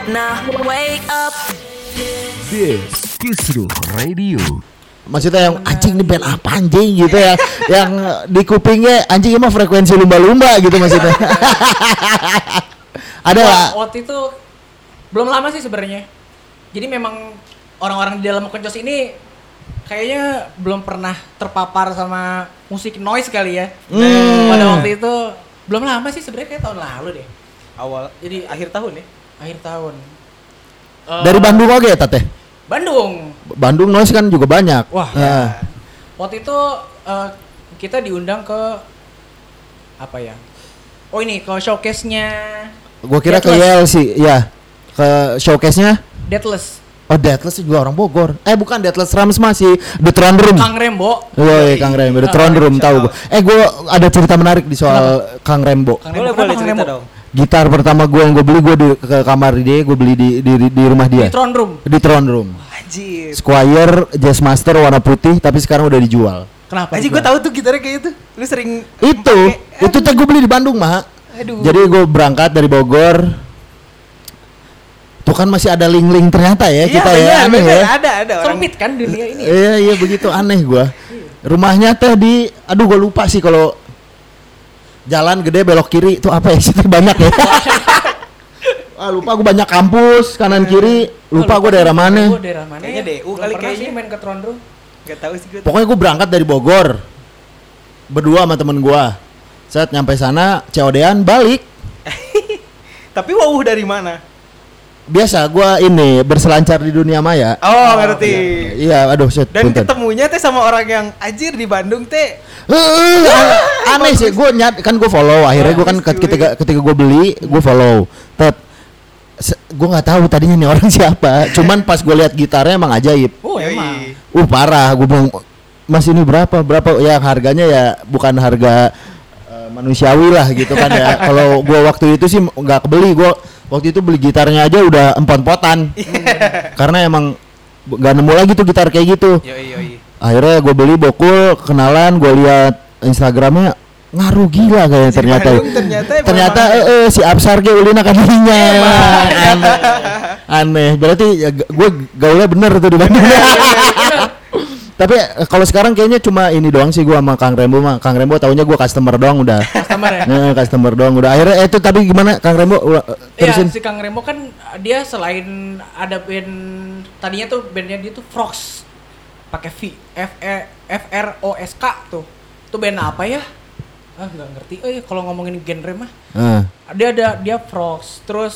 up now, wake up. This Kisruh Radio. Maksudnya yang anjing ini band apa anjing gitu ya. Yang di kupingnya anjing emang frekuensi lumba-lumba gitu maksudnya. Ada nggak? Waktu itu belum lama sih sebenarnya. Jadi memang orang-orang di dalam Kencos ini kayaknya belum pernah terpapar sama musik noise kali ya. Pada waktu itu belum lama sih sebenarnya, kayak tahun lalu deh. Jadi akhir tahun ya? Akhir tahun. Dari Bandung oke ya Tete? Bandung noise kan juga banyak. Wah. Ya. Waktu itu kita diundang ke apa ya? Oh ini ke showcase-nya. Gua kira ke YLC, ya. Ke showcase-nya Deathless. Oh, Deathless juga orang Bogor. Bukan Deathless Rams masih The Throne Room. Kang Rembo. Woi, Kang Rembo, The Throne Room tahu gua. Gua ada cerita menarik di soal Kang Rembo. Boleh cerita dong. Gitar pertama gue yang gue beli, ke kamar dia, gue beli di rumah dia. Di Throne Room. Di Throne Room. Anjir. Squire Jazzmaster warna putih, tapi sekarang udah dijual. Kenapa? Anjir, gue tahu tuh gitarnya kayak itu. Lu sering Itu teh gue beli di Bandung, mah. Jadi gue berangkat dari Bogor. Tuh kan masih ada link-link ternyata ya, iya, kita ya. Aneh ya. Ada orang. Sempit kan dunia ini. Iya begitu aneh gue. Rumahnya teh gue lupa sih kalau jalan gede belok kiri itu apa ya sih banyak ya. Lupa gue, banyak kampus kanan kiri, lupa gue daerah mana. Kayaknya DU kali kayaknya main ke Throne Room. Enggak tahu sih gue. Pokoknya gue berangkat dari Bogor berdua sama temen gue. Saat nyampe sana COD-an balik. Tapi wow dari mana? Biasa gue ini berselancar di dunia maya. Oh, ngerti. Iya, aduh shit. Dan punten. ketemunya teh sama orang yang anjir di Bandung teh. Aneh sih, gue kan gue follow. Akhirnya gue kan ketika gue beli, gue follow. Gue nggak tahu tadinya nih orang siapa. Cuman pas gue lihat gitarnya emang ajaib. Oh emang. Parah. Gue bilang, Mas ini berapa? Ya harganya ya bukan harga manusiawi lah gitu kan ya. Kalau gue waktu itu sih nggak kebeli. Gue waktu itu beli gitarnya aja udah empon-potan. Karena emang nggak nemu lagi tuh gitar kayak gitu. Yoi. Akhirnya gue beli bokul, kenalan, gue lihat Instagramnya ngaruh gila kayaknya ternyata si Absar ge ulina kadinya. Aneh. Berarti gue gaulnya bener tuh di Bandung. Tapi kalau sekarang kayaknya cuma ini doang sih gue sama Kang Rembo mah. Kang Rembo taunya gue customer doang udah. Customer ya? Customer doang udah. Akhirnya itu tapi gimana Kang Rembo terusin? Ya si Kang Rembo kan dia selain ada band tadinya tuh bandnya dia tuh Frogs. Pakai FROSK tuh. Itu band apa ya? Nggak ngerti. Kalau ngomongin genre mah. Dia Frogs. Terus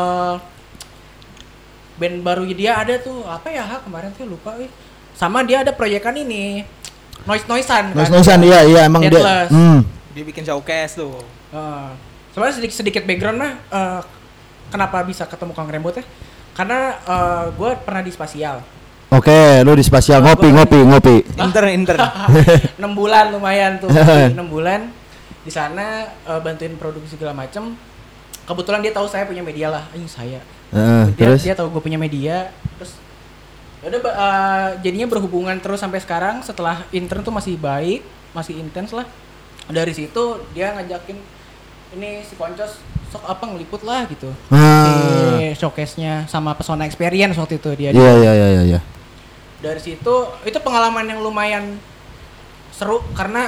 band baru dia ada tuh apa ya? Kemarin tuh lupa sama dia ada proyekan ini noise-noisean kan? Iya emang Deathless. Dia bikin showcase tuh. Sebenarnya sedikit background lah kenapa bisa ketemu Kang Rembo teh? Karena gue pernah di Spasial. Oke, lu di Spasial ngopi. Inter. 6 bulan lumayan tuh. 6 bulan di sana bantuin produksi segala macem. Kebetulan dia tahu saya punya media lah. Dia tahu gue punya media. Terus jadinya berhubungan terus sampai sekarang. Setelah intern tuh masih baik, masih intens lah. Dari situ dia ngajakin ini si Koncos sok apa ngeliput lah gitu. Si showcase-nya sama Pesona Experience waktu itu dia. Iya. Dari situ itu pengalaman yang lumayan seru karena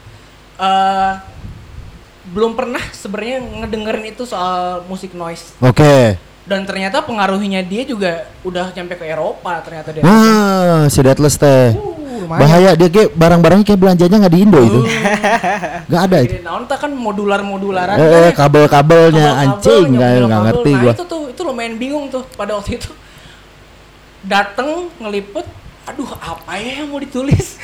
belum pernah sebenarnya ngedengerin itu soal musik noise. Oke. Dan ternyata pengaruhnya dia juga udah nyampe ke Eropa ternyata dia. Si Deathless teh. Bahaya dia kayak barang-barangnya kayak belanjanya nggak di Indo itu. Nggak ada itu. Nonton kan modularan. Kabel-kabelnya anjing nggak ngerti gua. Itu lumayan bingung tuh pada waktu itu. Dateng ngeliput, aduh apa ya yang mau ditulis?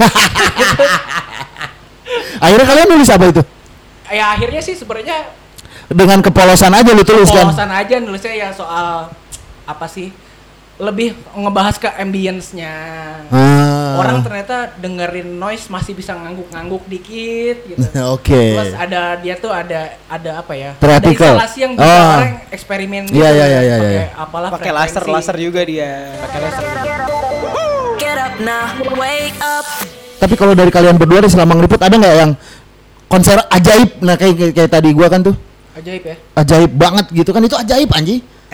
Akhirnya kalian nulis apa itu? Ya akhirnya sih sebenarnya dengan kepolosan aja lu tulis kan? Kepolosan aja nulisnya ya soal apa sih? Lebih ngebahas ke ambience-nya. Orang ternyata dengerin noise masih bisa ngangguk-ngangguk dikit gitu. Oke. Terus ada apa ya? Theatrical. Ada instalasi yang bisa orang eksperimen gitu. Iya. Pakai laser juga dia. Pakai laser. Get up now, wake up. Tapi kalau dari kalian berdua nih selama ngeliput ada nggak yang konser ajaib? Nah kayak tadi gua kan tuh. Ajaib ya? Ajaib banget gitu kan, itu ajaib anjing.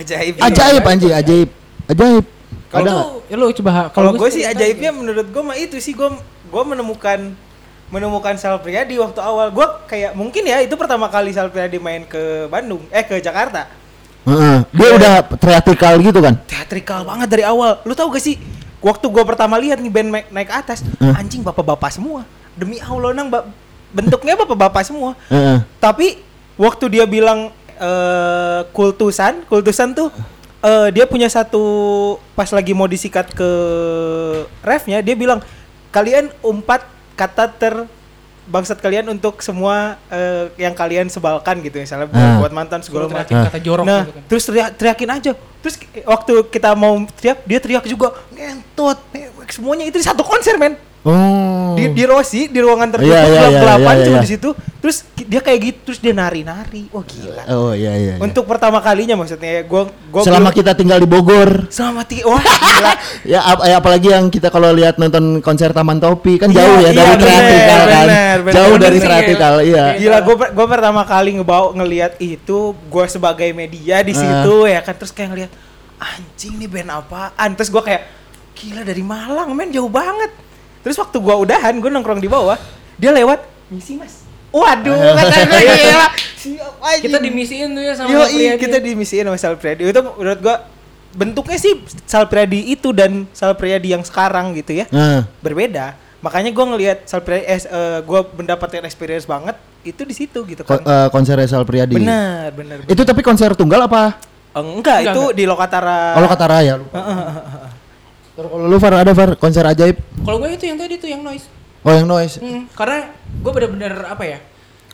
Ajaib anjing, ajaib. Kalau Ada tuh, ya lu coba. Kalau gue gua sih cerita ajaibnya aja. menurut gue mah itu sih gue menemukan Sal Priadi waktu awal. Gue kayak mungkin ya itu pertama kali Sal Priadi main ke Bandung, ke Jakarta. Dia udah theatrical gitu kan? Teatrikal banget dari awal. Lu tahu gak sih waktu gue pertama lihat nih band naik atas, anjing bapak-bapak semua. Demi Allah nang bentuknya bapak-bapak semua. Tapi waktu dia bilang kultusan tuh dia punya satu pas lagi mau disikat ke refnya dia bilang kalian umpat kata bangsat kalian untuk semua yang kalian sebalkan gitu misalnya buat mantan segala Suruh macam. teriakin kata jorok Nah, gitu kan. terus teriakin aja. Terus waktu kita mau teriak, dia teriak juga ngentot. Semuanya itu di satu konser, men. Oh. Di Rossi, di ruangan tertutup Iya, gelap-gelapan iya, cuma iya. di situ. Terus dia kayak gitu, terus dia nari-nari. Wah, gila. Oh iya. Untuk pertama kalinya maksudnya gua Selama belum- kita tinggal di Bogor. wah gila. Ya apalagi yang kita kalau lihat nonton konser Taman Topi kan Iya, jauh ya iya, dari bener, theatrical kan. bener. Jauh Bener dari sih, theatrical, iya. Gila, gue pertama kali ngelihat itu, gue sebagai media di situ ya kan, terus kayak ngelihat anjing nih band apaan, terus gue kayak gila dari Malang men jauh banget. Terus waktu gue udahan, gue nongkrong di bawah, dia lewat misi mas. Waduh, kata gue gila. Siap anjing. Kita dimisiin tuh ya sama Yoi, Priadi. kita dimisiin sama Sal Priadi. Itu menurut gue bentuknya sih Sal Priadi itu dan Sal Priadi yang sekarang gitu ya. Berbeda. Makanya gue ngelihat Sal Priadi, gue mendapatkan experience banget itu di situ gitu kan. Konser Sal Priadi. Benar. Itu tapi konser tunggal apa? Enggak, itu enggak. di Lokatara. Kalau kata Raya lupa. Terus kalau lu Far ada Far konser ajaib? Kalau gue itu yang tadi tuh yang noise. Oh yang noise. Karena gue bener-bener apa ya?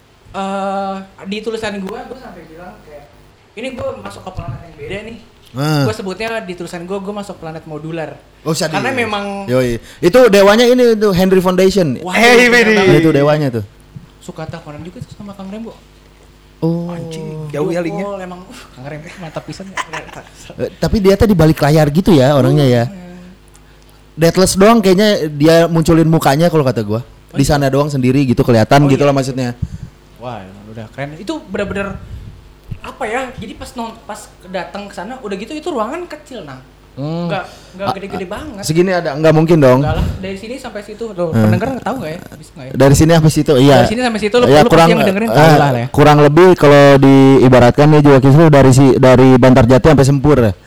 Di tulisan gue sampai bilang kayak ini gue masuk ke planet yang beda nih. Gue sebutnya di tulisan gue masuk planet modular. Oh sadis. Karena memang Yoi. Itu dewanya ini tuh Henry Foundation. wah, Hey, bener Bedi. banget. Itu dewanya tuh. Suka teleponan juga tuh sama Kang Rembo. Oh. Anjing, jauh ya linknya. Oh, emang Kang Rembo mantap pisan ya. Tapi dia tadi balik layar gitu ya orangnya ya. Deathless doang kayaknya dia munculin mukanya kalau kata gua. Di sana doang sendiri gitu kelihatan Oh, gitu iya. lah maksudnya. Wah, emang udah keren. Itu bener-bener apa ya? Jadi pas datang ke sana udah gitu itu ruangan kecil nah. Enggak gede-gede banget. Segini ada nggak mungkin dong. Enggak lah, dari sini sampai situ. Loh, pendengar tahu enggak ya? Bisa enggak ya? Dari sini sampai situ iya. Dari sini sampai situ lu Ya, pasti yang dengerin tahu lah ya. kurang lebih kalau diibaratkan nih juga Kisru dari Bantarjati sampai Sempur. Wah,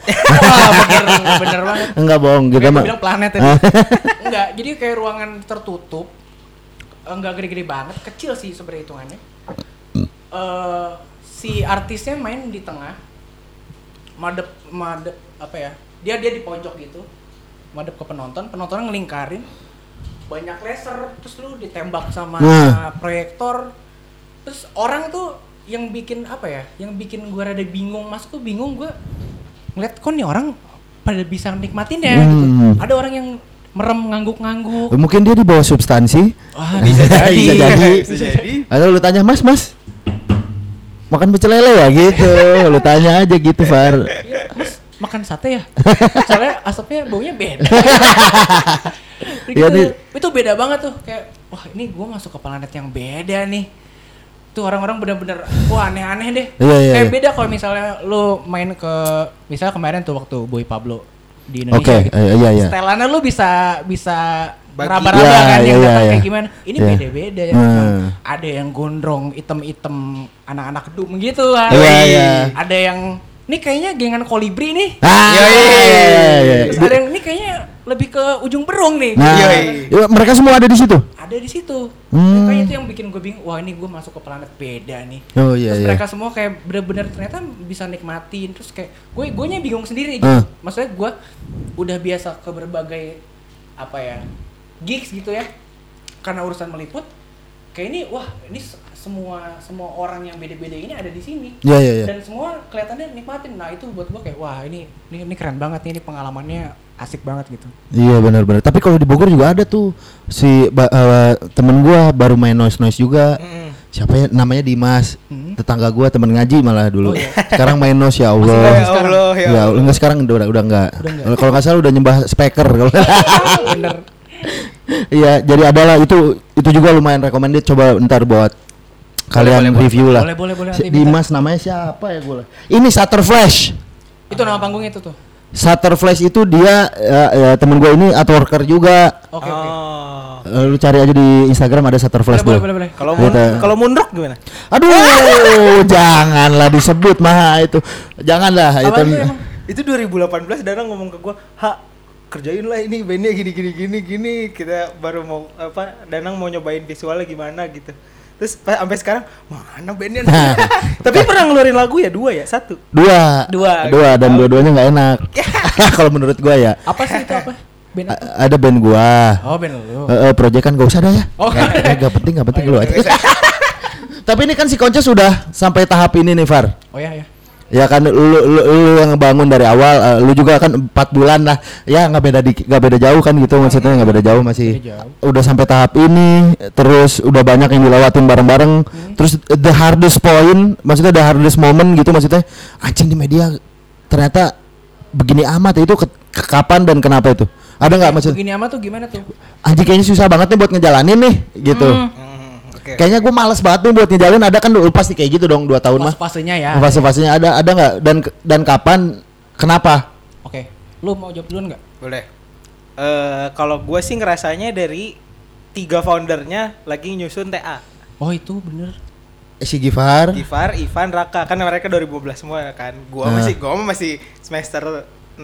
bener banget. Enggak bohong kita Kayak mah. gua bilang planet tadi. Enggak, jadi kayak ruangan tertutup. Enggak gede-gede banget, kecil sih sebenarnya hitungannya. Si artisnya main di tengah. Madep apa ya? Dia di pojok gitu. Madep ke penontonnya ngelingkarin. Banyak laser, terus lu ditembak sama proyektor. Terus orang tuh yang bikin apa ya? Yang bikin gua rada bingung, masuk tuh bingung gua ngeliat kok nih orang pada bisa nikmatin ya gitu. Ada orang yang merem ngangguk-ngangguk. Mungkin dia di bawah substansi. Wah, bisa jadi. Bisa jadi. Atau lu tanya Mas makan pecel lele ya gitu. Lu tanya aja gitu Far. Iya, Mas, makan sate ya? Soalnya asapnya baunya beda. Iya, Gitu, nih. itu beda banget tuh kayak wah ini gua masuk ke planet yang beda nih. Tuh orang-orang bener-bener wah aneh-aneh deh. Iya, Kayak iya. beda kalau misalnya lu main ke misalnya kemarin tuh waktu Boy Pablo di Indonesia Oke, gitu. iya. Setelannya lu bisa Bagi. raba-raba Iya, kan yang iya, datang iya. kayak gimana. Ini Iya. beda-beda ya. Ada yang gondrong, item-item anak-anak gedung gitu kan. Iya, iya. Ada yang ini kayaknya gengan kolibri nih. Iya. Terus ada yang ini kayaknya lebih ke ujung berung nih. Nah, ya, mereka semua ada di situ. Ada di situ. Kayak itu yang bikin gue bingung. Wah ini gue masuk ke planet beda nih. Oh iya Terus iya. mereka semua kayak bener-bener ternyata bisa nikmatin. Terus kayak gue nya bingung sendiri gitu. Maksudnya gue udah biasa ke berbagai apa ya gigs gitu ya. Karena urusan meliput. Kayak ini wah ini semua orang yang beda-beda ini ada di sini. Iya. Dan semua kelihatannya nikmatin. Nah itu buat gue kayak wah ini keren banget nih, ini pengalamannya asik banget gitu. Iya benar. Tapi kalau di Bogor juga ada tuh si temen gua baru main noise juga. Siapa ya namanya Dimas. Tetangga gua temen ngaji malah dulu. Oh, iya. Sekarang main noise ya Allah. Ya Allah enggak sekarang udah enggak. Kalau enggak salah udah nyembah speaker kalau. Bener. Iya, jadi adalah itu juga lumayan recommended, coba ntar buat kalian review lah. Boleh. Si Dimas namanya siapa ya gua? Ini Shutter Flash. Itu nama panggungnya itu tuh. Shutterflash itu dia temen gue ini artworker juga. Oke. Lu cari aja di Instagram ada Shutterflash tuh. Boleh. Kalau Moonrock gimana? Aduh, janganlah disebut mah itu. Janganlah Apa itu. itu emang? Itu 2018 Danang ngomong ke gua, kerjain lah ini bandnya gini. Kita baru mau Danang mau nyobain visualnya gimana gitu. Terus sampai sekarang mana bandnya? Tapi pernah ngeluarin lagu ya 2 ya? 1? Dua dan dua-duanya nggak enak. Kalau menurut gua ya. Apa sih itu apa? Band apa? Ada band gua. Oh, band lu. Project kan gak usah dah ya. Oh. Gak penting lu aja. Tapi ini kan si Konco sudah sampai tahap ini nih Far. Oh ya. Ya kan lu yang bangun dari awal, lu juga kan 4 bulan lah. Ya nggak beda jauh kan gitu maksudnya, nggak beda jauh masih. Udah sampai tahap ini, terus udah banyak yang dilewatin bareng-bareng. Terus the hardest point, maksudnya the hardest moment gitu maksudnya. Anjing di media ternyata begini amat itu kapan dan kenapa itu? Ada nggak maksud? Begini amat tuh gimana tuh? Anjing kayaknya susah banget nih buat ngejalanin nih gitu. Okay. Kayaknya gue males banget nih buat ngejalin. Ada kan pasti kayak gitu dong 2 tahun mah. Fase-fasenya ya. Fase-fasenya ada nggak dan kapan? Kenapa? Oke. Lu mau jawab duluan nggak? Boleh. Kalau gue sih ngerasanya dari 3 foundernya lagi nyusun TA. Oh itu bener. Si Gifar, Ivan, Raka, kan mereka 2015 semua kan. Gua masih semester 6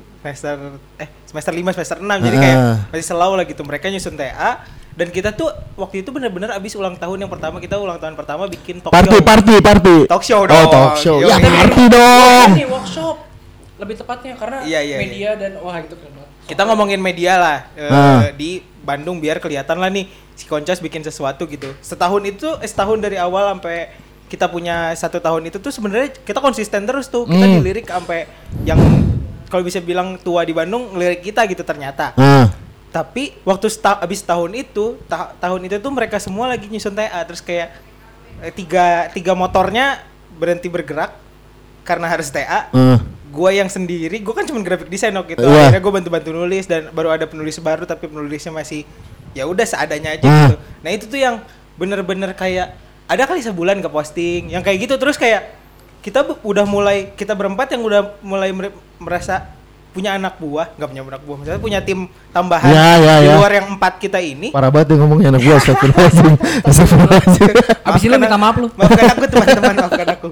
semester 5 semester 6 jadi kayak masih selau lah gitu. Mereka nyusun TA dan kita tuh waktu itu benar-benar abis ulang tahun yang pertama, kita ulang tahun pertama bikin talk show. Party. Talk show dong. Oh, talk show. Yo, Ya party dong. Ini workshop. Lebih tepatnya karena media dan wah itu keren banget. Kita ngomongin media lah di Bandung biar kelihatan lah nih si Koncos bikin sesuatu gitu. Setahun dari awal sampai kita punya 1 tahun itu tuh sebenarnya kita konsisten terus tuh. Kita dilirik sampai yang kalau bisa bilang tua di Bandung ngelirik kita gitu ternyata. Tapi waktu abis tahun itu tuh mereka semua lagi nyusun TA terus kayak tiga motornya berhenti bergerak karena harus TA. Gue yang sendiri, gue kan cuma graphic design waktu itu. Akhirnya gue bantu nulis dan baru ada penulis baru tapi penulisnya masih ya udah seadanya aja gitu. Nah itu tuh yang bener-bener kayak ada kali sebulan ke posting yang kayak gitu terus kayak kita berempat yang udah mulai merasa punya anak buah, nggak punya anak buah, misalnya punya tim tambahan di luar yang 4 kita ini. Parah banget dia ngomongnya anak buah, astagfirullahaladzim. Abis ini minta maaf lu. Maafkan aku teman-teman, maafkan aku.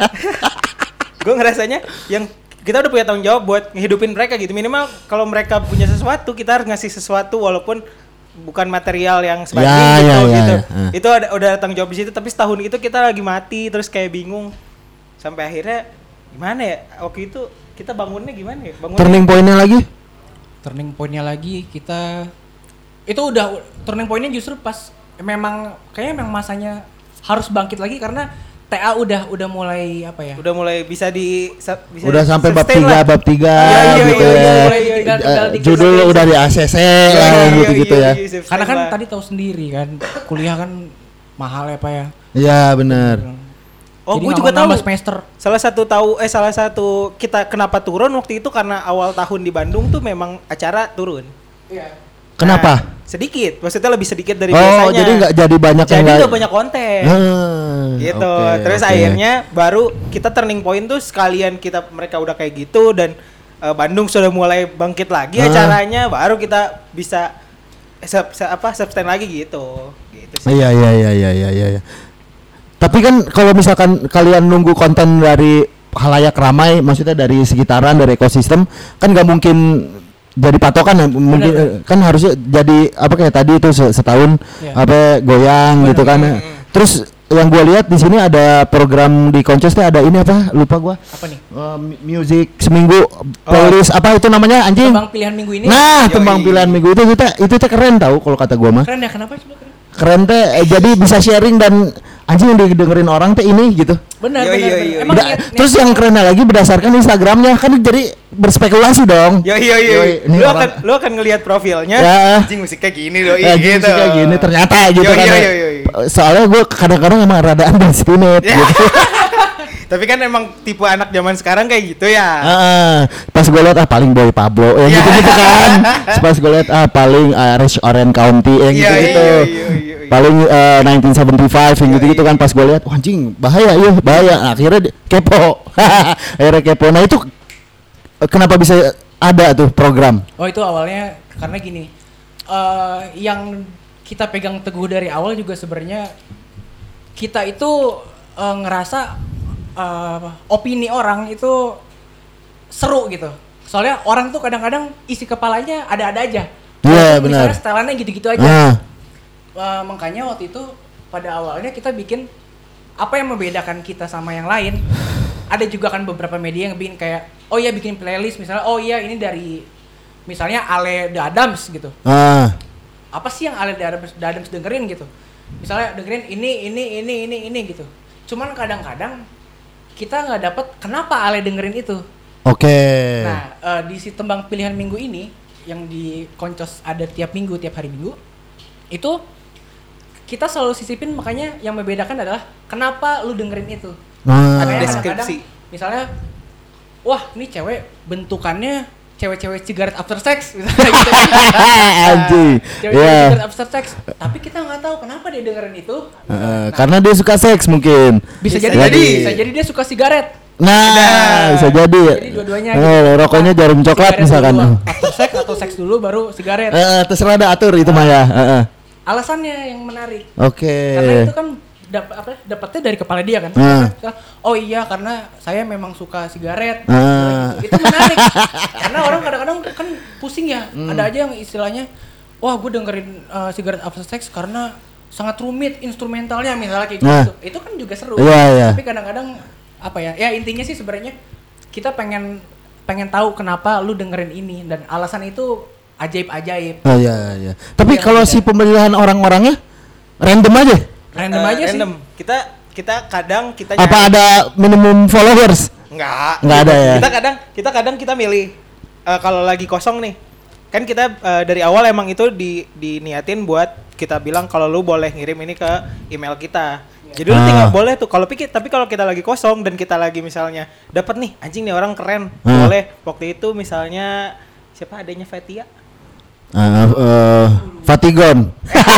Gue ngerasanya yang kita udah punya tanggung jawab buat ngehidupin mereka gitu. Minimal kalau mereka punya sesuatu, kita harus ngasih sesuatu walaupun bukan material yang sebanding gitu. Itu udah tanggung jawab di situ. Tapi setahun itu kita lagi mati terus kayak bingung. Sampai akhirnya gimana ya? Waktu itu kita bangunnya gimana ya? Turning pointnya lagi kita itu udah turning pointnya justru pas kayaknya memang masanya harus bangkit lagi karena TA udah mulai apa ya? Udah mulai bisa udah sampai bab 3 gitu ya. Judul udah di ACC lah gitu ya. Karena kan tadi tahu sendiri kan, kuliah kan mahal ya Pak ya. Iya benar. Oh, gue juga tahu semester. Salah satu kita kenapa turun waktu itu karena awal tahun di Bandung tuh memang acara turun. Iya. Kenapa? Sedikit, maksudnya lebih sedikit dari biasanya. Oh, jadi nggak jadi banyak. Jadi nggak banyak konten. Gitu. Terus akhirnya baru kita turning point tuh sekalian mereka udah kayak gitu dan Bandung sudah mulai bangkit lagi acaranya, baru kita bisa sustain lagi gitu. Gitu sih. Iya. Tapi kan kalau misalkan kalian nunggu konten dari halayak ramai, maksudnya dari sekitaran, dari ekosistem, kan nggak mungkin jadi patokan ya. Mungkin kan harusnya jadi apa kayak tadi itu setahun goyang gitu kan. Terus yang gue lihat di sini ada program di Koncos teh ada ini apa? Lupa gue. Apa nih? Music seminggu playlist apa itu namanya anjing? Tembang pilihan minggu ini. Nah, tembang pilihan minggu itu teh keren tau kalau kata gue mah. Keren ya, kenapa coba keren? Keren teh jadi bisa sharing dan anjing yang didengerin orang teh ini gitu. Benar. Emang terus yang kerennya lagi berdasarkan Instagramnya kan jadi berspekulasi dong. Lu akan ngelihat profilnya. Anjing musiknya gini loh, gitu. Musiknya gini ternyata gitu kan. Soalnya gue kadang-kadang emang rada underestimate gitu. Tapi kan emang tipe anak zaman sekarang kayak gitu ya. Pas gue liat paling Boy Pablo yang gitu kan. Pas gue liat paling Irish Orange County yang gitu. Paling 1975 yang gitu kan. Pas gue liat anjing bahaya. Akhirnya kepo. Nah itu kenapa bisa ada tuh program? Oh itu awalnya karena gini, yang kita pegang teguh dari awal juga sebenarnya kita itu ngerasa opini orang itu seru gitu. Soalnya orang tuh kadang-kadang isi kepalanya ada-ada aja. Iya benar. Misalnya setelannya gitu-gitu aja. Makanya waktu itu pada awalnya kita bikin apa yang membedakan kita sama yang lain. Ada juga kan beberapa media yang bikin kayak, oh iya bikin playlist misalnya, oh iya ini dari misalnya Ale The Adams gitu. Apa sih yang Ale The Adams dengerin gitu? Misalnya dengerin ini gitu. Cuman kadang-kadang kita nggak dapet kenapa Ale dengerin itu. Oke. Nah di si tembang pilihan minggu ini yang di Koncos ada tiap minggu, tiap hari Minggu itu kita selalu sisipin, makanya yang membedakan adalah kenapa lu dengerin itu. Ada Kayak deskripsi. kadang-kadang, misalnya, wah ini cewek bentukannya cewek-cewek cigarette after sex, misalnya gitu. Anjing. Cewek-cewek cigarette after sex, tapi kita nggak tahu kenapa dia dengerin itu. Karena dia suka seks mungkin. Bisa jadi dia suka sigaret. Nah, bisa jadi. Jadi dua-duanya. Gitu. Rokoknya jarum coklat Sigaret misalkan. dulu, after sex atau seks dulu baru sigaret. Terserah ada atur itu mah ya. Alasannya yang menarik. Oke. Karena itu kan dapatnya dari kepala dia kan. Oh iya karena saya memang suka sigaret. Gitu. Itu menarik. Karena orang kadang-kadang kan pusing ya. Ada aja yang istilahnya, wah gue dengerin sigaret after sex karena sangat rumit instrumentalnya misalnya kayak gitu. Itu kan juga seru. Tapi kadang-kadang apa ya? Ya intinya sih sebenarnya kita pengen tahu kenapa lu dengerin ini, dan alasan itu ajaib-ajaib. Oh iya. Tapi kalau si pemilihan orang-orangnya random aja. Random aja sih. Kita kadang kita Apa ada minimum followers? Enggak ada ya. Kita kadang kita milih kalau lagi kosong nih. Kan kita dari awal emang itu diniatin buat kita bilang kalau lu boleh ngirim ini ke email kita. Jadi lu tinggal boleh tuh tapi kalau kita lagi kosong dan kita lagi misalnya dapat nih anjing nih orang keren, boleh. Waktu itu misalnya siapa adanya Fatia? Fatigon.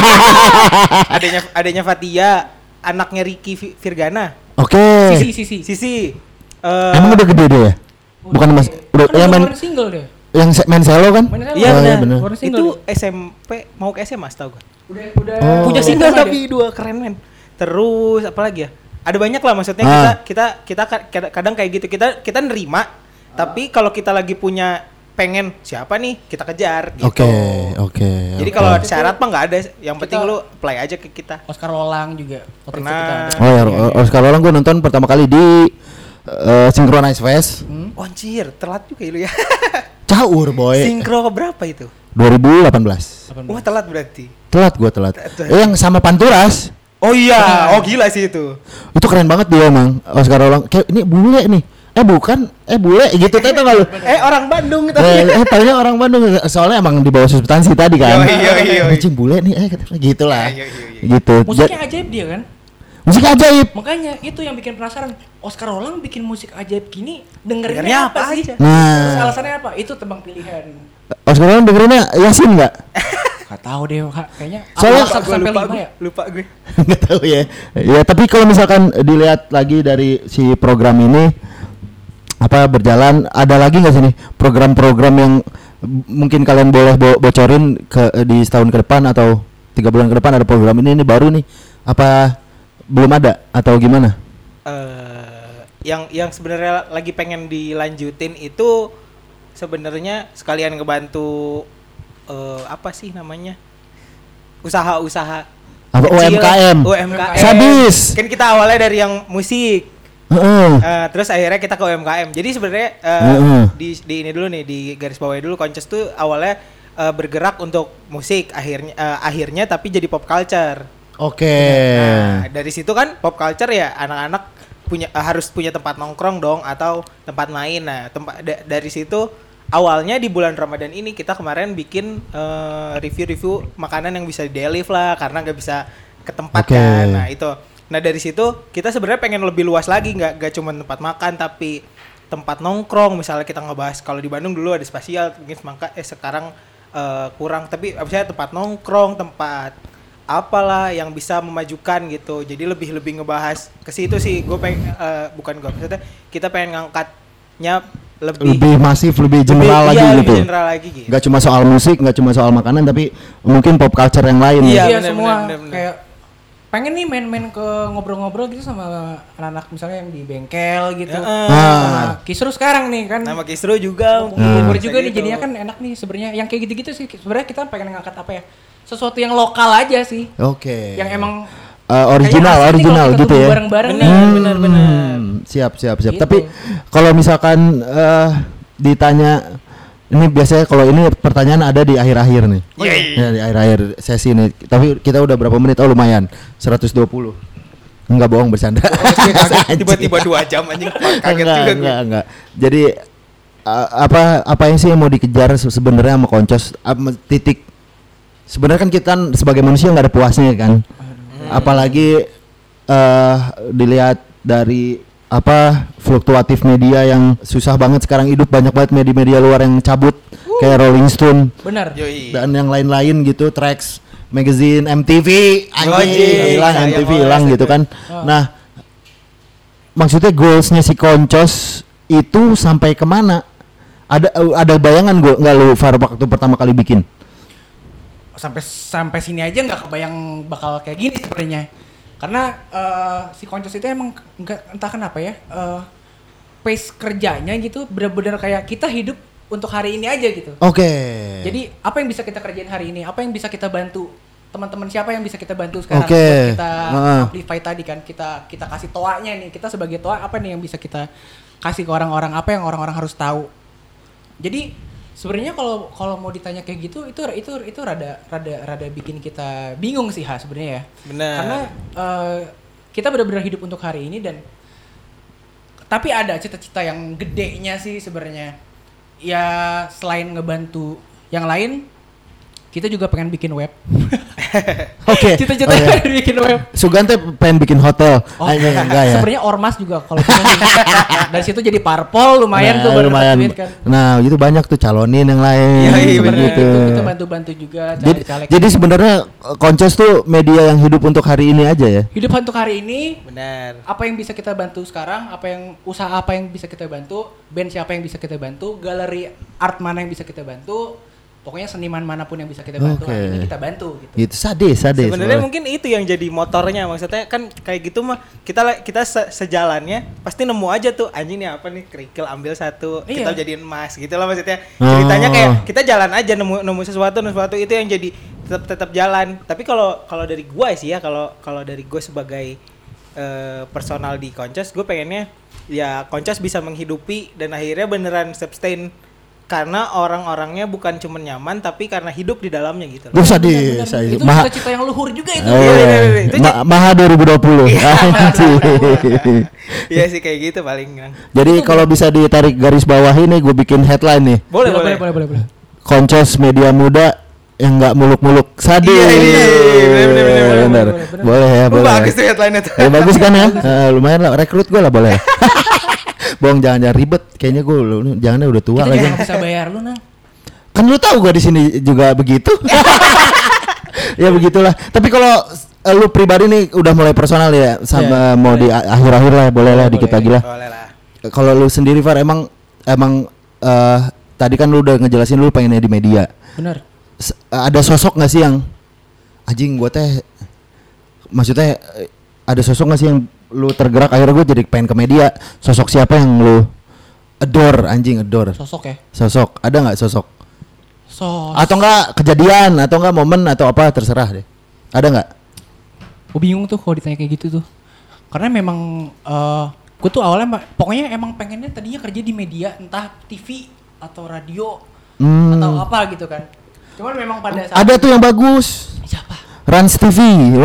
adanya Fatia, anaknya Ricky Virgana. Oke. Sisi. Emang udah gede dia ya? Bukan Mas. Udah main single deh. Yang main selo kan? Iya benar. Itu SMP mau ke SMA setahu gua. Udah Punya single tapi dua keren men. Terus apa lagi ya? Ada banyak lah maksudnya kita kadang kayak gitu. Kita nerima, tapi kalau kita lagi punya pengen siapa nih kita kejar gitu. Oke. Jadi kalau syarat mah nggak ada, yang penting lu play aja ke kita. Oscar Rolang juga pernah. Oscar Rolang gue nonton pertama kali di Synchronize Fest. Oh, anjir, telat juga ya lu ya. Caur boy. Sinkro berapa itu? 2018. Wah, telat berarti. Telat. Yang sama Panturas. Oh iya, gila sih itu. Itu keren banget dia emang. Oscar Rolang kayak ini bule nih. Bule gitu tau gak lu? Orang Bandung gitu. Taunya orang Bandung. Soalnya emang di bawah substansi tadi kan. Iya. Anjing bule nih, gitu lah. Gitu. Musiknya ajaib dia kan? Musik ajaib. Makanya itu yang bikin penasaran. Oscar Rolang bikin musik ajaib gini, dengerinnya Dengernya apa sih? aja? Terus alasannya apa? Itu tebang pilihan. Oscar Rolang dengerinnya Yasin nggak? Gak tahu deh, kayaknya. Soalnya 1 sampai 5 ya. Lupa gue. Nggak tahu ya. Ya tapi kalau misalkan dilihat lagi dari si program ini berjalan, ada lagi nggak sih nih program-program yang mungkin kalian boleh bocorin di setahun ke depan atau 3 bulan ke depan ada program ini baru nih, apa belum ada atau gimana? Yang sebenarnya lagi pengen dilanjutin itu sebenarnya sekalian ngebantu apa sih namanya, usaha-usaha apa kecil, UMKM. Sadis. Kan kita awalnya dari yang musik. Terus akhirnya kita ke UMKM. Jadi sebenarnya di ini dulu nih, di garis bawah dulu Konces tuh awalnya bergerak untuk musik, akhirnya tapi jadi pop culture. Oke. Nah, dari situ kan pop culture ya anak-anak harus punya tempat nongkrong dong atau tempat main. Nah, dari situ awalnya di bulan Ramadan ini kita kemarin bikin review makanan yang bisa di-deliver lah karena nggak bisa ke tempat kan. Nah, itu. Nah dari situ kita sebenarnya pengen lebih luas lagi, nggak cuma tempat makan tapi tempat nongkrong. Misalnya kita ngebahas kalau di Bandung dulu ada spasial, mungkin sekarang kurang, tapi misalnya tempat nongkrong, tempat apalah yang bisa memajukan gitu. Jadi lebih ngebahas ke situ sih. Gue pengen maksudnya kita pengen ngangkatnya lebih masif, lebih general lagi iya, gitu. Lebih general lagi gitu. Gak cuma soal musik, gak cuma soal makanan, tapi mungkin pop culture yang lain. Iya, Iya, bener, semua bener. kayak pengen nih main-main ke ngobrol-ngobrol gitu sama anak-anak misalnya yang di bengkel gitu. Sama Kisru sekarang nih kan. Nama Kisru juga. Umur bisa juga nih gitu. jadinya kan enak nih sebenarnya. Yang kayak gitu-gitu sih sebenarnya kita pengen ngangkat apa ya? Sesuatu yang lokal aja sih. Oke. Yang emang Original kayaknya asik nih gitu kalau kita ya. tumbuh bareng-bareng nih. Benar. Siap. Gitu. Tapi kalau misalkan ditanya, ini biasanya kalau ini pertanyaan ada di akhir-akhir nih. Ya, di akhir-akhir sesi nih. Tapi kita udah berapa menit? Oh lumayan, 120. Enggak bohong, bercanda. Tiba-tiba 2 jam anjing. Kaget juga gue. Enggak. Jadi apa yang sih yang mau dikejar sebenarnya sama Koncos? Titik. Sebenarnya kan kita sebagai manusia nggak ada puasnya kan. Apalagi dilihat dari fluktuatif media yang susah banget sekarang hidup, banyak banget media-media luar yang cabut kayak Rolling Stone Benar. dan yang lain-lain gitu, Trax, Magazine, MTV, hilang sayang MTV banget hilang itu. gitu kan. Nah, maksudnya goalsnya si Koncos itu sampai kemana? Ada bayangan nggak lu Far waktu pertama kali bikin? Sampai sini aja nggak kebayang bakal kayak gini sebenarnya. Karena si Koncos itu emang nggak entah kenapa ya pace kerjanya gitu benar-benar kayak kita hidup untuk hari ini aja gitu. Oke. Jadi apa yang bisa kita kerjain hari ini? Apa yang bisa kita bantu? Teman-teman siapa yang bisa kita bantu sekarang? Oke. Buat kita amplify tadi kan kita kasih toanya nih. Kita sebagai toa apa nih yang bisa kita kasih ke orang-orang? Apa yang orang-orang harus tahu? Jadi sebenarnya kalau mau ditanya kayak gitu itu rada bikin kita bingung sih sebenarnya ya. Benar. Karena kita benar-benar hidup untuk hari ini tapi ada cita-cita yang gedenya sih sebenarnya. Ya selain ngebantu yang lain, kita juga pengen bikin web. Oke. Cita-cita pengen bikin web. Sugante pengen bikin hotel. Enggak ya. Sebenarnya ormas juga kalau dari situ jadi parpol lumayan tuh baru lumayan. duit kan. Nah, itu banyak tuh calonin yang lain. Iya, Sebenarnya gitu. itu kita bantu-bantu juga caleg-caleg. Jadi sebenarnya Koncos tuh media yang hidup untuk hari ini aja ya. Hidup untuk hari ini, Benar. apa yang bisa kita bantu sekarang, usaha apa yang bisa kita bantu, band siapa yang bisa kita bantu, galeri art mana yang bisa kita bantu, pokoknya seniman manapun yang bisa kita bantu, Oke. hari ini kita bantu gitu. Gitu sadis. Sebenarnya mungkin itu yang jadi motornya, maksudnya kan kayak gitu mah kita sejalannya pasti nemu aja tuh anjing nih apa nih kerikil ambil satu Iya. kita jadiin emas gitu lah maksudnya. Ceritanya kayak kita jalan aja nemu sesuatu itu yang jadi tetap jalan. Tapi kalau dari gua sih ya kalau dari gua sebagai personal di Koncos, gue pengennya ya Koncos bisa menghidupi dan akhirnya beneran sustain karena orang-orangnya bukan cuma nyaman tapi karena hidup di dalamnya gitu. Gue sadis. Itu Maha, cita-cita yang luhur juga itu. Itu Maha 2020. Anjing. Iya sih kayak gitu paling. Jadi kalau bisa ditarik garis bawah ini gue bikin headline nih. Boleh. Koncos media muda yang nggak muluk-muluk sadis. Iya, benar. Boleh ya, boleh. Bagus tuh headline-nya tuh. Bagus kan ya? Lumayan lah, rekrut gue lah boleh. Bohong, jangan ribet. Kayaknya gue jangannya udah tua Kita lagi. jangan bisa bayar lu Nang. Kan lu tahu gue di sini juga begitu. Ya begitulah. Tapi kalau lu pribadi nih udah mulai personal ya sama mau di akhir-akhir lah, boleh lah dikit lagi lah. Boleh lah. Kalau lu sendiri Far emang tadi kan lu udah ngejelasin lu pengennya di media. Bener. Ada sosok nggak sih yang anjing gue teh, maksudnya ada sosok nggak sih yang lu tergerak akhirnya gue jadi pengen ke media? Sosok siapa yang lu adore, Sosok ya. sosok ada nggak sosok atau enggak kejadian atau enggak momen atau apa terserah deh, ada nggak? Gue bingung tuh kalau ditanya kayak gitu tuh. Karena memang gue tuh awalnya pokoknya emang pengennya tadinya kerja di media, entah TV atau radio atau apa gitu kan. Cuman memang pada saat Ada tuh yang bagus. siapa? Rans TV.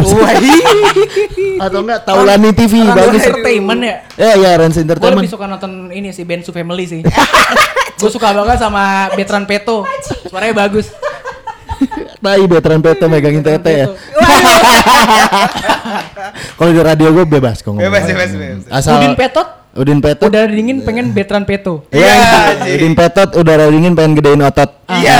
Atau enggak Taulani TV bagus. Entertainment ya. Ya Rans Gue Entertainment. lebih suka nonton ini sih Bensu Family sih. Gue suka banget sama Betran Peto. Suaranya bagus. Tai Betran Peto megangin Betran tete ya. Peto. Kalau di radio gue bebas kok ngomong. Bebas. Asal Udin Petot Udin Petot. udah dingin pengen Betran Peto. Iya, Udin Petot udara dingin pengen gedein otot. Iya.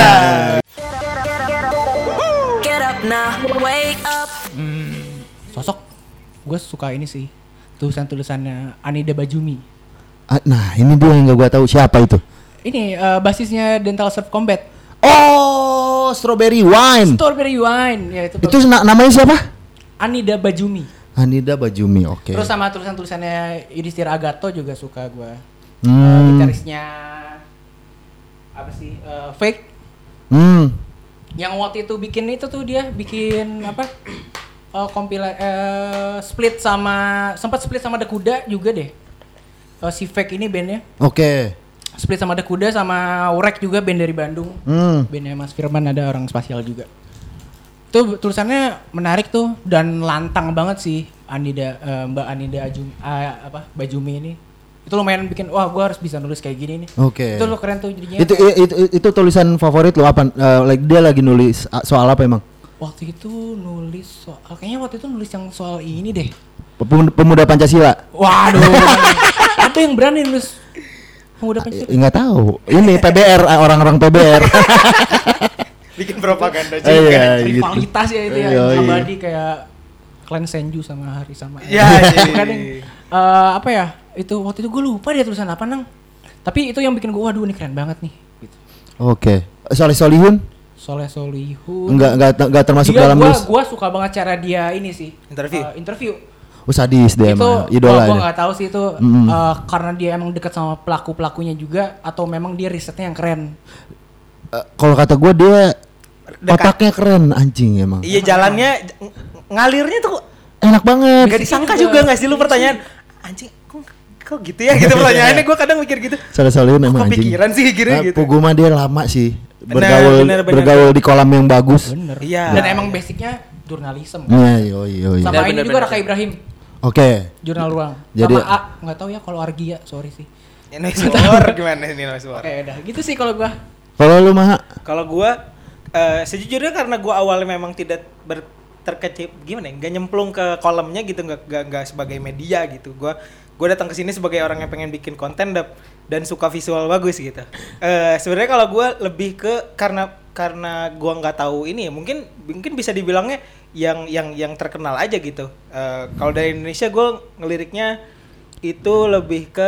Get up now, wake up. Sosok gue suka ini sih. Tulisan-tulisannya Anida Bajumi. Nah, ini dia yang gak gua tahu siapa itu. Ini basisnya Dental Surf Combat. Oh, Strawberry Wine. Strawberry Wine, ya itu. Itu namanya siapa? Anida Bajumi. Anida Bajumi, oke. Terus sama tulisannya Yudhistira Agato juga suka gua. Gitarisnya apa sih? Fake. Yang waktu itu bikin itu tuh dia bikin apa? Split sama The Kuda juga deh. Si Fake ini bandnya. Oke. Split sama The Kuda sama Urek juga band dari Bandung. Bandnya Mas Firman, ada orang spasial juga. Itu tulisannya menarik tuh dan lantang banget sih Mbak Anida Bajumi ini. Itu lumayan bikin wah gua harus bisa nulis kayak gini nih. Oke. Itu lo keren tuh jadinya. Itu tulisan favorit lo apa? Dia lagi nulis soal apa emang? Waktu itu nulis kayaknya waktu itu nulis yang soal ini deh. Pemuda Pancasila. Waduh. Ada yang berani nulis Pemuda Pancasila? Enggak tahu. Ini PBR, orang-orang PBR. Bikin propaganda juga. Iya, rivalitas gitu. Ya itu ya. Abadi kayak Clan Senju sama Hari Sama. Iya. Bukan yang apa ya? Itu waktu itu gue lupa dia tulisan apa nang. Tapi itu yang bikin gue waduh ini keren banget nih. Gitu. Oke. Soleh Solihun? Soleh Solihun. Enggak termasuk dalam list. Gua suka banget cara dia ini sih. Interview. Sadis dia emang idola. Gua nggak tahu sih itu karena dia emang dekat sama pelakunya juga atau memang dia risetnya yang keren. Kalau kata gue dia otaknya keren anjing emang. Iya jalannya ngalirnya tuh enak banget. Gak disangka juga nggak sih lu pertanyaan anjing kok gitu ya gitu pertanyaannya. Gue kadang mikir gitu. Soleh-Solihun emang anjing. Kepikiran sih gitu. Puguma dia lama sih Bener. di kolam yang bagus. Bener. Iya. Dan emang basicnya jurnalisme. Iya. Sama ini juga Raka Ibrahim. Oke. Jurnal Ruang. Jadi sama nggak tahu ya kalau Argia, sorry sih. Noise War gimana ini Noise War? Oke, udah gitu sih kalau gua. Kalau lu Maha? Kalau gua sejujurnya karena gua awalnya memang tidak terkecip gimana ya, nggak nyemplung ke kolomnya gitu, nggak sebagai media gitu. Gua datang ke sini sebagai orang yang pengen bikin konten dan suka visual bagus gitu. Sebenarnya kalau gua lebih ke karena gua nggak tahu ini ya, mungkin bisa dibilangnya yang terkenal aja gitu. Kalau dari Indonesia gua ngeliriknya itu lebih ke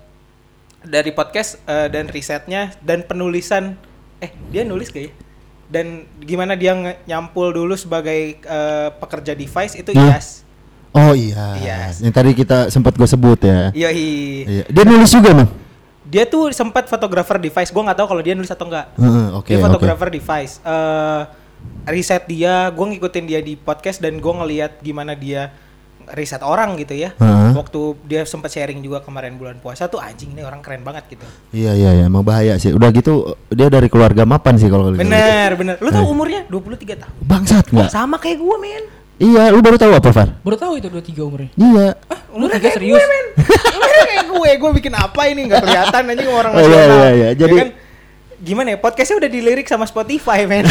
dari podcast dan risetnya dan penulisan dia nulis gak ya? Dan gimana dia nyampul dulu sebagai pekerja device itu Iyas. Oh iya. Iyas. Yang tadi kita sempat gue sebut ya. Iya. Dia nulis juga man. Dia tuh sempat fotografer device. Gue nggak tahu kalau dia nulis atau enggak. Dia fotografer device. Riset dia, gue ngikutin dia di podcast dan gue ngelihat gimana dia riset orang gitu ya. Waktu dia sempat sharing juga kemarin bulan puasa tuh anjing ini orang keren banget gitu. Iya, mau bahaya sih. Udah gitu dia dari keluarga mapan sih kalau gitu. Bener. Lu tahu umurnya 23 tahun. Bangsat enggak? Sama kayak gue, men. Iya, lu baru tahu apa, Far? Baru tahu itu 23 umurnya. Iya. Umur 3 serius. Umurnya kayak gue bikin apa ini enggak kelihatan anjing orang nasional. Iya. Jadi ya kan, gimana ya, podcastnya udah dilirik sama Spotify, men.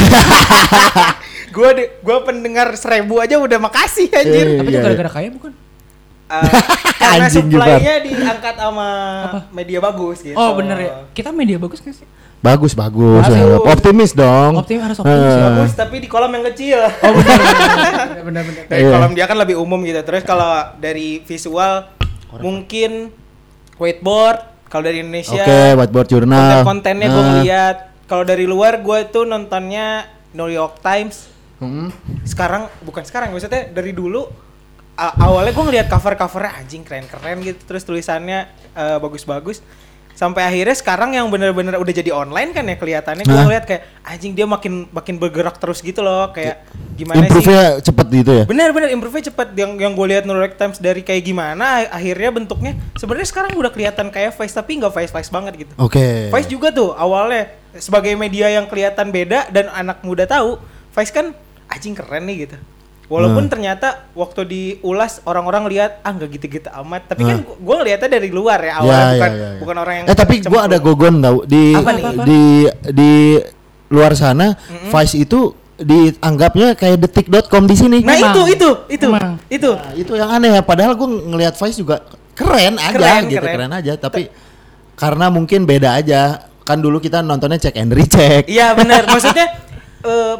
Gue pendengar 1000 aja udah makasih anjir. Tapi itu gara-gara kaya bukan? Karena supply-nya diangkat sama media bagus gitu. Oh bener ya, kita media bagus gak sih? Bagus. Optimis dong. Harus optimis. Bagus tapi di kolam yang kecil. Oh bener. Dari kolam dia kan lebih umum gitu. Terus kalau dari visual mungkin whiteboard. Kalau dari Indonesia whiteboard jurnal. Kontennya gue ngeliat. Kalau dari luar gue tuh nontonnya New York Times. Bukan sekarang, maksudnya dari dulu awalnya gue ngeliat covernya anjing keren-keren gitu, terus tulisannya bagus-bagus, sampai akhirnya sekarang yang benar-benar udah jadi online kan ya kelihatannya. Gue ngeliat kayak anjing dia makin bergerak terus gitu loh, kayak gimana improve-nya cepet gitu ya. Bener improve-nya cepet. Yang gue lihat New York Times dari kayak gimana akhirnya bentuknya sebenarnya sekarang udah kelihatan kayak Vice tapi nggak Vice banget gitu. Vice juga tuh awalnya sebagai media yang kelihatan beda dan anak muda tahu, Vice kan anjing keren nih gitu. Walaupun ternyata waktu diulas orang-orang lihat nggak gitu-gitu amat, tapi kan gue ngeliatnya dari luar ya awalnya, bukan orang yang tapi gue ada gogon tau di luar sana. Vice itu dianggapnya kayak detik.com di sini. Nah itu itu yang aneh ya, padahal gue ngelihat Vice juga keren aja, tapi karena mungkin beda aja kan, dulu kita nontonnya Check and Recheck. Iya benar, maksudnya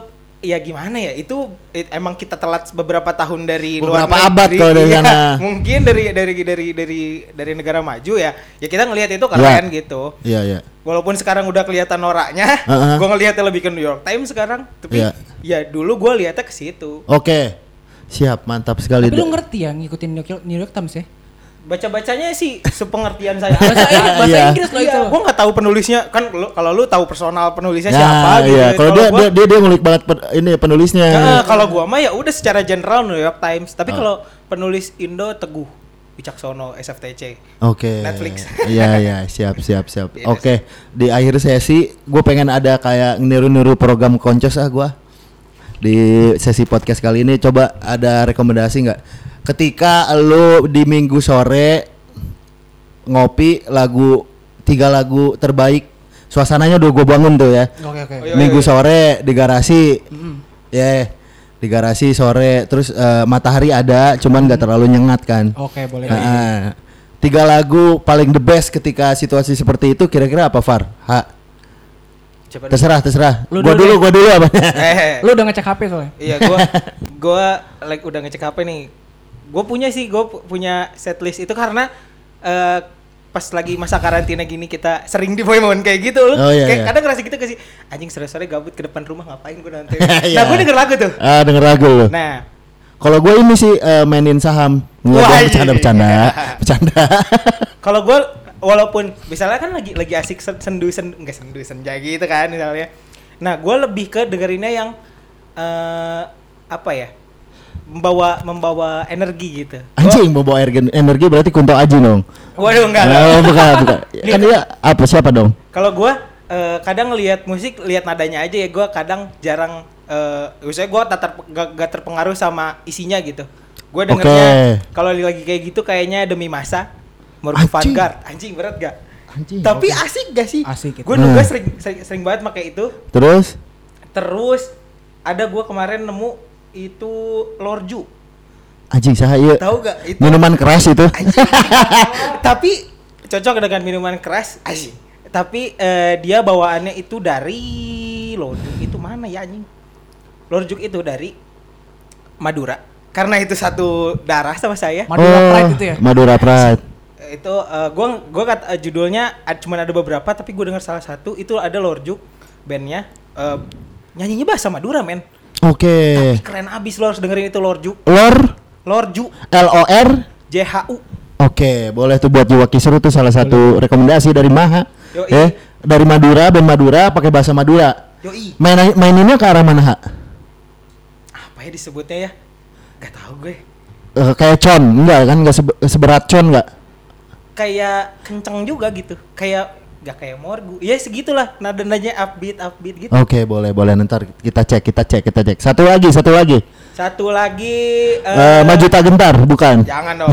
ya gimana ya, itu emang kita telat beberapa tahun dari beberapa luar abad negeri. kalau dari Iya, sana. mungkin dari negara maju ya kita ngelihat itu keren gitu. Iya. Walaupun sekarang udah kelihatan noraknya, gue ngelihatnya lebih ke New York Times sekarang, tapi ya dulu gue lihatnya ke situ. Oke. Siap, mantap sekali. Tapi lu ngerti ya ngikutin New York Times ya? Baca-bacanya sih sepengertian saya. Bahasa Inggris loh itu. Gue nggak tahu penulisnya kan. Kalau lu tahu personal penulisnya Ya, siapa gitu. iya. Kalau dia ngulik banget ini penulisnya. Kalau gua mah ya udah secara general New York Times. Tapi kalau penulis Indo Teguh Wicaksono SFTC. Oke. Netflix. Iya, siap. Gitu Oke. Di akhir sesi gue pengen ada kayak niru-niru program Koncos gue. Di sesi podcast kali ini coba ada rekomendasi nggak? Ketika lu di Minggu sore ngopi 3 lagu terbaik, suasananya udah gue bangun tuh ya. Oke. Minggu sore di garasi, di garasi sore, terus matahari ada, cuman nggak terlalu nyengat kan. Oke, boleh. 3 lagu paling the best ketika situasi seperti itu, kira-kira apa Far? Terserah. Gua dulu apa? Lu udah ngecek HP soalnya. Iya, gua udah ngecek HP nih. Gue punya setlist itu karena pas lagi masa karantina gini kita sering di Boymon kayak gitu loh. Kayak kadang ngerasa gitu sih. Anjing sore-sore gabut ke depan rumah ngapain gue nanti. Nah, gue denger lagu tuh. Denger lagu loh. Nah, kalau gue ini sih mainin saham. Bercanda. Kalau gue walaupun misalnya kan lagi asik sendu senja gitu kan misalnya. Nah, gue lebih ke dengerinnya yang apa ya? membawa energi gitu. Anjing membawa energi berarti Kunto Aji dong. Waduh enggak. Bukan. Kan dia siapa dong? Kalau gua kadang lihat musik lihat nadanya aja ya, gua kadang jarang misalnya gua gak terpengaruh sama isinya gitu. Gua dengernya kalau lagi kayak gitu kayaknya Demi Masa, Morgan Vanguard. Anjing berat gak? Anjing. Tapi asik gak sih? Asik gitu. Gua juga sering banget pakai itu. Terus ada gua kemarin nemu itu Lorju. Anjing saya tahu gak itu minuman keras itu. Tapi cocok dengan minuman keras anjing. Tapi dia bawaannya itu dari Lorjuk itu mana ya anjing? Lorjuk itu dari Madura. Karena itu satu darah sama saya. Madura Pride itu ya? Madura Pride. Itu gua kata judulnya cuma ada beberapa tapi gue dengar salah satu itu ada Lorjuk bandnya nyanyinya bahasa Madura men. Oke. Tapi keren abis, lo harus dengerin itu Lorju. Lorju. LORJHU. Oke, boleh tuh buat Jiwa Kisru tuh salah satu rekomendasi dari Maha. Dari Madura, band Madura pakai bahasa Madura. Yoi. Maininnya ke arah mana, Ha? Apa ya disebutnya ya? Gak tahu gue. Kayak con, enggak kan? Enggak seberat con enggak? Kayak kenceng juga gitu. Gak kayak Morgu. Ya segitulah nada-nadanya upbeat gitu. Oke, boleh ntar kita cek. Satu lagi. Maju Tak Gentar, bukan? Jangan dong.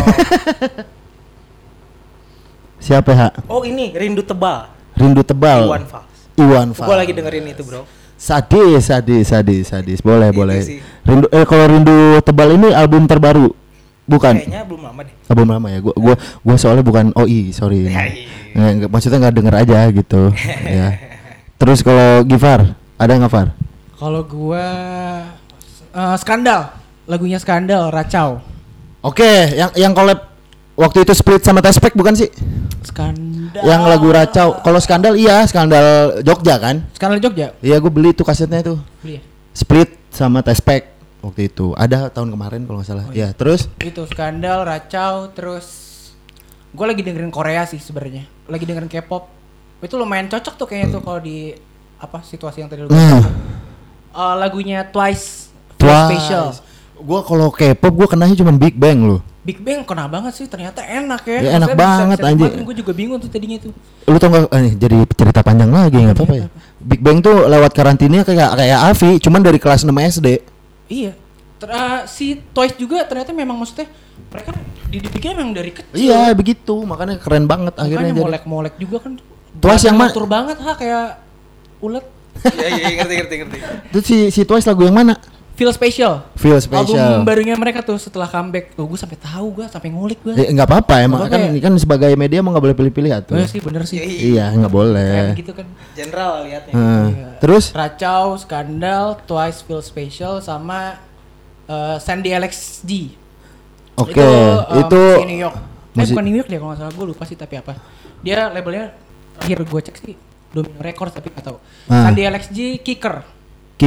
Siapa, Ha? Oh, ini Rindu Tebal. Iwan Fals. Gua lagi dengerin itu, Bro. Sadis. Boleh. Sih. Kalau Rindu Tebal ini album terbaru. Bukan. Kayaknya belum lama deh. Belum lama ya. Gua soalnya bukan OI, sorry. Maksudnya enggak denger aja gitu. Ya. Terus kalau Gifar, ada enggak Far? Kalau gua Skandal. Lagunya Skandal, Racau. Oke, yang collab waktu itu Split sama Tespek bukan sih? Skandal. Yang lagu Racau. Kalau Skandal Skandal Jogja kan? Skandal Jogja. Iya, gue beli tuh kasetnya tuh. Beli ya? Split sama Tespek waktu itu. Ada tahun kemarin kalau nggak salah. Ya, terus? Itu Skandal, Racau, terus gue lagi dengerin Korea sih sebenarnya. Lagi dengerin K-pop. Itu lumayan cocok tuh kayaknya tuh kalau di situasi yang tadi lu bilang. Lagunya Twice. Special. Gue kalau K-pop gue kenanya cuma Big Bang loh. Big Bang kena banget sih, ternyata enak ya. Ya enak banget anjir. Gue juga bingung tuh tadinya tuh. Lu tau gak, jadi cerita panjang lagi nggak apa-apa ya. Big Bang tuh lewat karantina kayak Avi, cuman dari kelas 6 SD. Iya. Si Twice juga ternyata memang maksudnya mereka dididiknya memang dari kecil. Iya begitu, makanya keren banget akhirnya. Makanya molek juga kan. Twice yang mana? Banget kayak ulet. Iya ngerti. Itu si Twice lagu yang mana? Feel Special. Feel Special. Album barunya mereka tuh setelah comeback. Gue sampai tahu, gue sampai ngulik gue. Nggak apa-apa emang Nggak apa-apa kan kan sebagai media emang nggak boleh pilih-pilih atuh. Iya sih, bener sih. Iya nggak boleh. Kayak gitu kan. General liatnya. Terus Racau, Skandal, Twice, Feel Special, sama Sandy LXG. oke itu musisi New York. Bukan New York dia kalau nggak salah, gue lupa sih tapi apa. Dia labelnya akhir gue cek sih Domino Records tapi nggak tahu. Sandy LXG Kicker.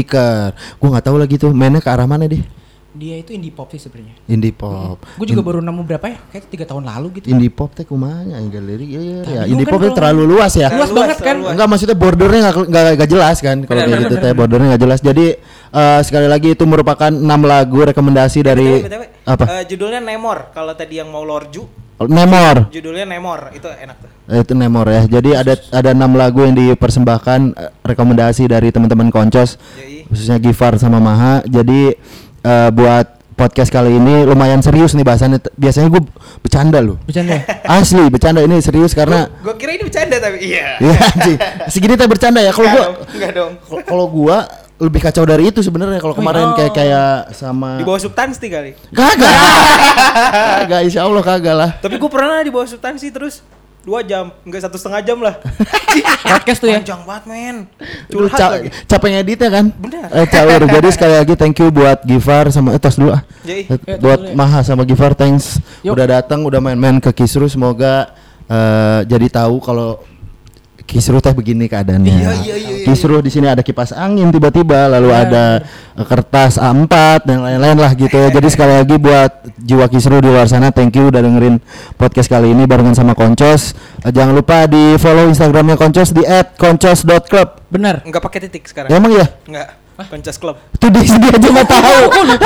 Gue nggak tahu lagi tuh mainnya ke arah mana dia. Dia itu indie pop sih sebenarnya. Indie pop. Gue juga baru nemu berapa ya? Kayak 3 tahun lalu gitu. Indie pop teh kumanya galeri ya. Tapi Indie kan pop itu kalau- terlalu luas ya. Luas banget kan? luas. Enggak maksudnya bordernya nggak jelas kan kalau kayak gitu teh bordernya nggak jelas. Jadi sekali lagi itu merupakan 6 lagu rekomendasi dari BTW, apa? judulnya Nemor. Kalau tadi yang mau Lorju, Nemor. judulnya Nemor. Itu enak tuh. Itu Nemor ya. Jadi ada 6 lagu yang dipersembahkan rekomendasi dari teman-teman Koncos, Yoi. khususnya Gifar sama Maha. Jadi buat podcast kali ini lumayan serius nih bahasannya. Biasanya gue bercanda loh. Bercanda. Asli bercanda, ini serius karena Gua kira ini bercanda tapi iya. ya anjing. Segini teh bercanda ya. Kalau gua Enggak dong. kalau gua lebih kacau dari itu sebenarnya. Kalau kemarin kayak sama Di bawah substansi kali. kagak. Kagak, insya Allah kagak lah. Tapi gue pernah di bawah substansi terus 2 jam, enggak 1,5 jam lah. Podcast tuh ya. Panjang banget men. Lu Curhat lagi. capek ngeditnya kan? Bener. Caur. Jadi sekali lagi thank you buat Gifar sama tos dulu ah. Yoi. Buat tos dulu ya. Maha sama Gifar, thanks Yuk. udah datang, udah main-main ke Kisru. Semoga jadi tahu kalau Kisru teh begini keadaannya. Iya. Kisru di sini ada kipas angin tiba-tiba, lalu ada kertas A4 dan lain-lain lah gitu ya. Jadi sekali lagi buat jiwa Kisru di luar sana, thank you udah dengerin podcast kali ini barengan sama Koncos. Jangan lupa di follow Instagramnya Koncos di @koncos.club. Bener. Enggak pakai titik sekarang. Emang ya? Enggak. Koncos Club. Tuh dia aja nggak tahu.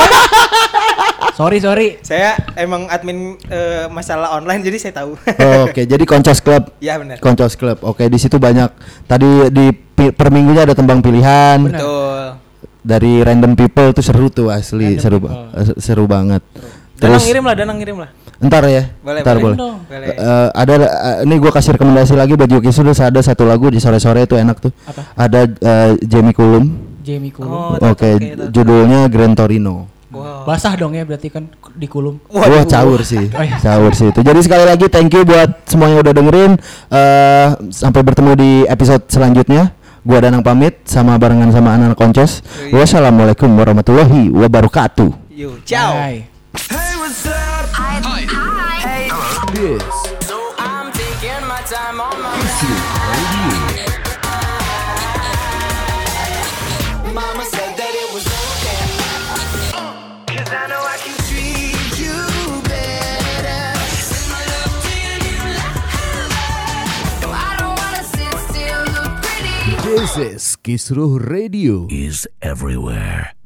Sorry. Saya emang admin masalah online jadi saya tahu. Oke, jadi Koncos Club. Ya benar. Koncos Club. Oke, di situ banyak. Tadi di per minggunya ada tembang pilihan Betul. dari random people tuh seru tuh asli, seru banget. Danang Terus ngirim lah. ntar ya. Boleh, Ntar boleh. boleh. Boleh. Ada ini gua kasih rekomendasi lagi buat Yuki sudah ada satu lagu di sore-sore itu enak tuh. Apa? Ada Jamie Cullum. Jamie Cullum. Oh, Oke, judulnya Gran Torino. Wow. Basah dong ya berarti kan di kulum. Wah, caur sih. Caur sih itu. Jadi sekali lagi thank you buat semuanya udah dengerin. Sampai bertemu di episode selanjutnya. Gua Danang pamit sama barengan sama anak Koncos. Wassalamualaikum warahmatullahi wabarakatuh. Yo, ciao. Bye. This So I'm taking my time on my Mama said that it was okay. 'Cause I know I can treat you better. Send my love to you, new lover. No, I don't wanna sit still, look pretty. is Kisruh Radio. is everywhere.